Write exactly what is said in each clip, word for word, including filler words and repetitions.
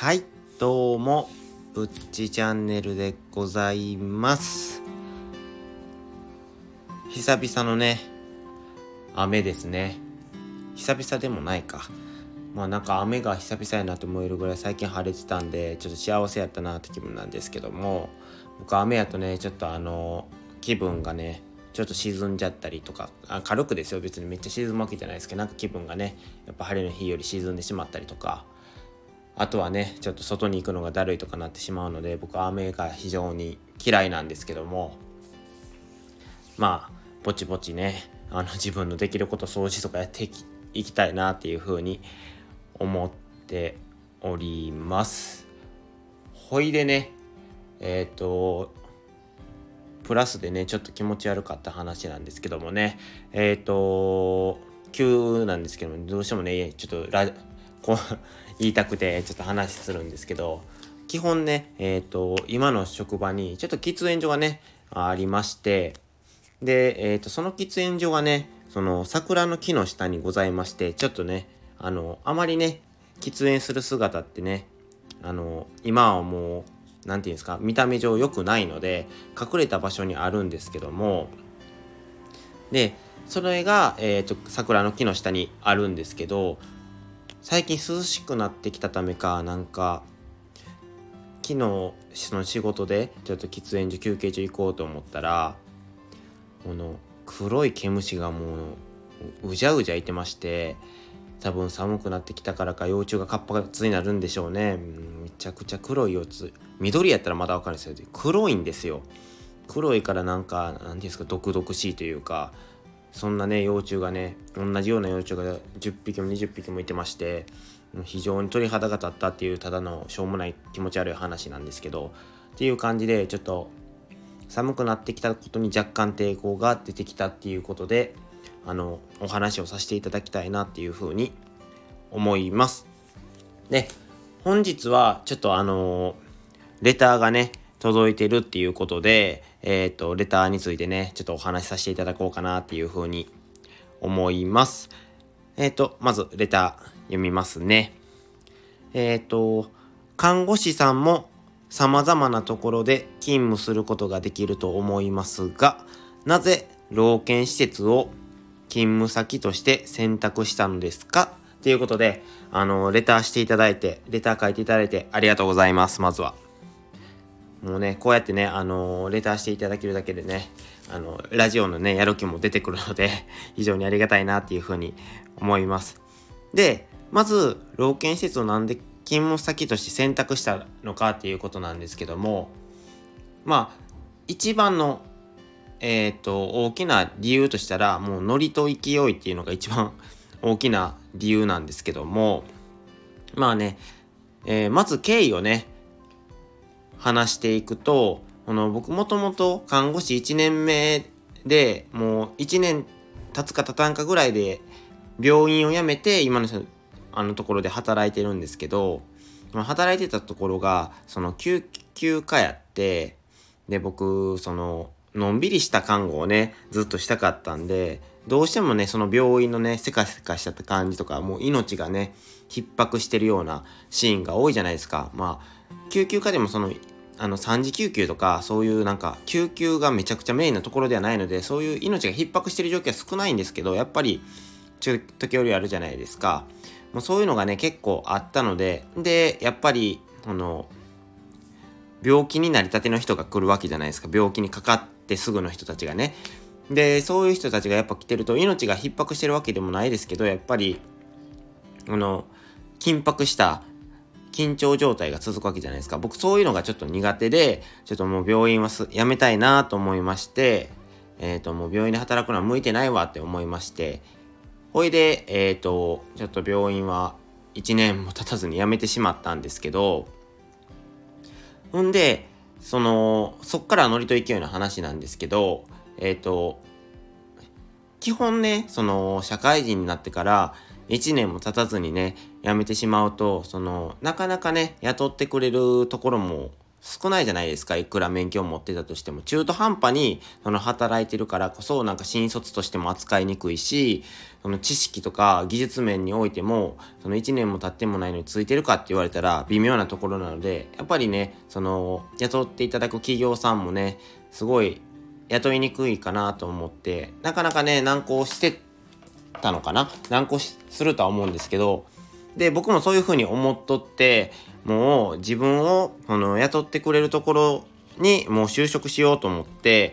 はい、どうもうっちチャンネルでございます。久々のね雨ですね。久々でもないか。まあなんか雨が久々やなと思えるぐらい最近晴れてたんで、ちょっと幸せやったなって気分なんですけども、僕雨やとねちょっとあの気分がねちょっと沈んじゃったりとか、あ軽くですよ、別にめっちゃ沈むわけじゃないですけど、なんか気分がねやっぱ晴れの日より沈んでしまったりとか、あとはねちょっと外に行くのがだるいとかなってしまうので、僕は雨が非常に嫌いなんですけども、まあぼちぼちねあの自分のできること掃除とかやっていき、いきたいなっていう風に思っております。ほいでねえっ、ー、とプラスでねちょっと気持ち悪かった話なんですけどもね、えっ、ー、と急なんですけども、どうしてもねちょっとラこう言いたくてちょっと話するんですけど、基本ねえっ、ー、と今の職場にちょっと喫煙所がねありまして、でえっ、ー、とその喫煙所がねその桜の木の下にございまして、ちょっとねあのあまりね喫煙する姿ってねあの今はもうなんていうんですか、見た目上良くないので隠れた場所にあるんですけども、でそれが、えーと、桜の木の下にあるんですけど、最近涼しくなってきたためか、なんか昨日その仕事でちょっと喫煙所休憩所行こうと思ったら、この黒い毛虫がもううじゃうじゃいてまして、多分寒くなってきたからか幼虫が活発になるんでしょうね。めちゃくちゃ黒い幼虫、緑やったらまだわかるんですよ、黒いんですよ。黒いからなんかなんていうんですか、毒々しいというか、そんなね幼虫がね同じような幼虫がじゅっぴきもにじゅっぴきもいてまして、非常に鳥肌が立ったっていうただのしょうもない気持ち悪い話なんですけど、っていう感じでちょっと寒くなってきたことに若干抵抗が出てきたっていうことで、あのお話をさせていただきたいなっていうふうに思います。で本日はちょっとあのレターがね届いてるっていうことで、えっとレターについてねちょっとお話しさせていただこうかなっていうふうに思います。えっとまずレター読みますね。えっと看護師さんも様々なところで勤務することができると思いますが、なぜ老健施設を勤務先として選択したのですかということで、あのレターしていただいてレター書いていただいてありがとうございます。まずはもうねこうやってねあのレターしていただけるだけでね、あのラジオのねやる気も出てくるので非常にありがたいなっていうふうに思います。でまず老健施設をなんで勤務先として選択したのかっていうことなんですけども、まあ一番のえっと大きな理由としたら、もうノリと勢いっていうのが一番大きな理由なんですけども、まあね、えー、まず経緯をね話していくと、この僕もともと看護師いちねんめで、もういちねん経つか経たんかぐらいで病院を辞めて今のあのところで働いてるんですけど、働いてたところがその救急科やって、で僕そののんびりした看護をねずっとしたかったんで、どうしてもねその病院のねせかせかしちゃった感じとか、もう命がね逼迫してるようなシーンが多いじゃないですか。まあ救急科でもそのあのさんじ救急とかそういうなんか救急がめちゃくちゃメインなところではないので、そういう命が逼迫してる状況は少ないんですけど、やっぱりちょ時折あるじゃないですか。もうそういうのがね結構あったので、でやっぱりあの病気になりたての人が来るわけじゃないですか。病気にかかってすぐの人たちがね。でそういう人たちがやっぱ来てると、命が逼迫してるわけでもないですけど、やっぱりあの緊迫した緊張状態が続くわけじゃないですか。僕そういうのがちょっと苦手で、ちょっともう病院はやめたいなと思いまして、えっともう病院で働くのは向いてないわって思いまして、ほいでえっとちょっと病院はいちねんも経たずに辞めてしまったんですけど、ほんでそのそっからノリと勢いの話なんですけど、えっと基本ねその社会人になってからいちねんも経たずにね辞めてしまうと、そのなかなかね雇ってくれるところも少ないじゃないですか。いくら免許を持ってたとしても中途半端にその働いてるからこそなんか新卒としても扱いにくいし、その知識とか技術面においてもそのいちねんも経ってもないのについてるかって言われたら微妙なところなので、やっぱりねその雇っていただく企業さんもねすごい雇いにくいかなと思って、なかなかね難航してたのかな難航するとは思うんですけど、で僕もそういうふうに思っとって、もう自分をその雇ってくれるところにもう就職しようと思って、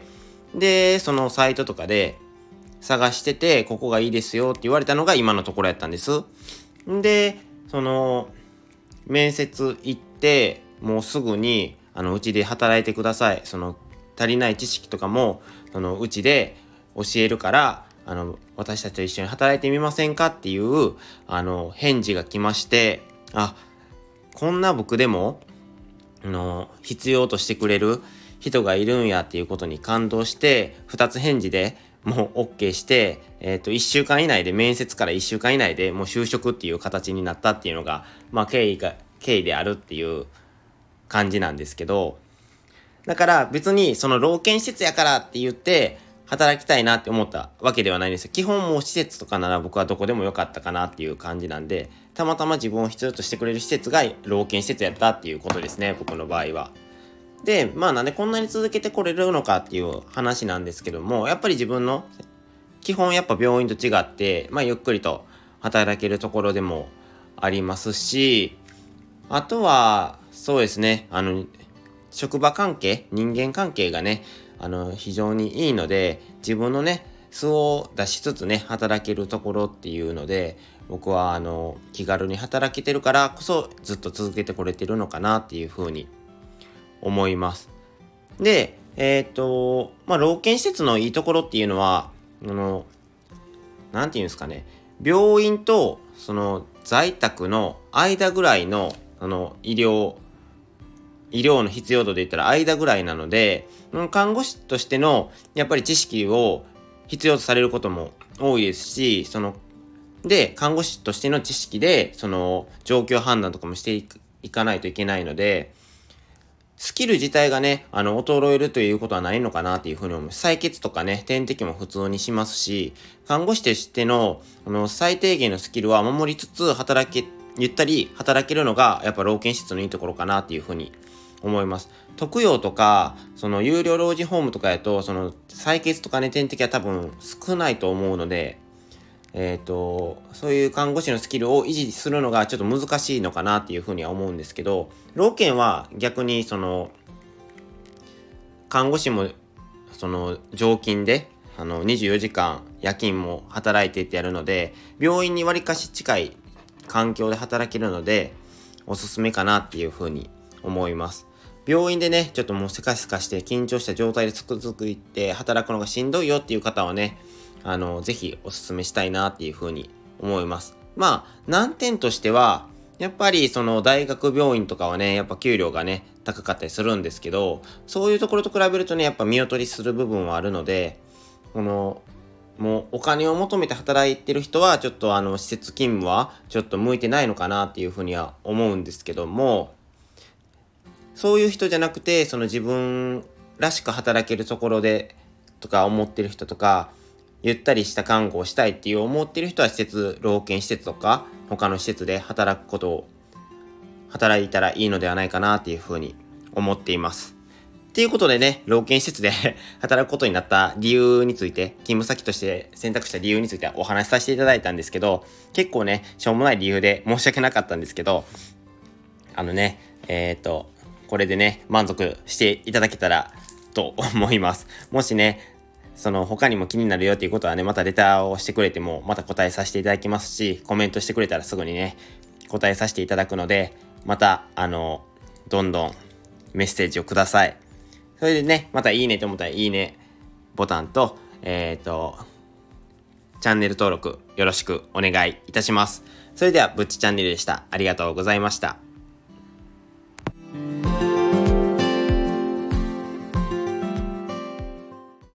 でそのサイトとかで探してて、ここがいいですよって言われたのが今のところやったんです。でその面接行ってもうすぐにあのうちで働いてください、その足りない知識とかもそのうちで教えるからあの私たちと一緒に働いてみませんかっていうあの返事が来まして、あ、こんな僕でもあの必要としてくれる人がいるんやっていうことに感動して、ふたつ返事でもう OK して、えーと、いっしゅうかん以内で、面接からいっしゅうかん以内でもう就職っていう形になったっていうのが、まあ経緯が、経緯であるっていう感じなんですけど、だから別にその老健施設やからって言って働きたいなって思ったわけではないんですよ。基本もう施設とかなら僕はどこでもよかったかなっていう感じなんで、たまたま自分を必要としてくれる施設が老健施設やったっていうことですね、僕の場合は。で、まあなんでこんなに続けてこれるのかっていう話なんですけども、やっぱり自分の基本やっぱ病院と違って、まあゆっくりと働けるところでもありますし、あとはそうですね、あの職場関係、人間関係がね、あの非常にいいので、自分のね素を出しつつね働けるところっていうので、僕はあの気軽に働けてるからこそずっと続けてこれてるのかなっていうふうに思います。で、えっとまあ老健施設のいいところっていうのは、あのなんていうんですかね、病院とその在宅の間ぐらいのあの医療医療の必要度で言ったら間ぐらいなので、看護師としてのやっぱり知識を必要とされることも多いですし、そので看護師としての知識でその状況判断とかもしていくいかないといけないので、スキル自体がねあの衰えるということはないのかなっていうふうに思います。採血とかね点滴も普通にしますし、看護師としてのあの最低限のスキルは守りつつ働けゆったり働けるのがやっぱ老健施設のいいところかなっていうふうに思います。特養とかその有料老人ホームとかやとその採血とかね点滴は多分少ないと思うので、えっとそういう看護師のスキルを維持するのがちょっと難しいのかなっていうふうには思うんですけど、老健は逆にその看護師もその常勤であのにじゅうよじかん夜勤も働いてってやるので、病院にわりかし近い環境で働けるのでおすすめかなっていうふうに思います。病院でねちょっともうせかせかして緊張した状態でつくづくいって働くのがしんどいよっていう方はね、あのぜひおすすめしたいなっていうふうに思います。まあ難点としてはやっぱりその大学病院とかはねやっぱ給料がね高かったりするんですけど、そういうところと比べるとねやっぱ見劣りする部分はあるので、このもうお金を求めて働いてる人はちょっとあの施設勤務はちょっと向いてないのかなっていうふうには思うんですけども、そういう人じゃなくてその自分らしく働けるところでとか思ってる人とか、ゆったりした看護をしたいっていう思ってる人は施設老健施設とか他の施設で働くことを働いたらいいのではないかなっていうふうに思っています。っていうことでね、老健施設で働くことになった理由について、勤務先として選択した理由についてお話しさせていただいたんですけど、結構ねしょうもない理由で申し訳なかったんですけど、あのねえっとこれでね満足していただけたらと思います。もしねその他にも気になるよっていうことはね、またレターをしてくれてもまた答えさせていただきますし、コメントしてくれたらすぐにね答えさせていただくので、またあのどんどんメッセージをください。それでねまたいいねと思ったらいいねボタンとえっとチャンネル登録よろしくお願いいたします。それではぶっちチャンネルでした。ありがとうございました。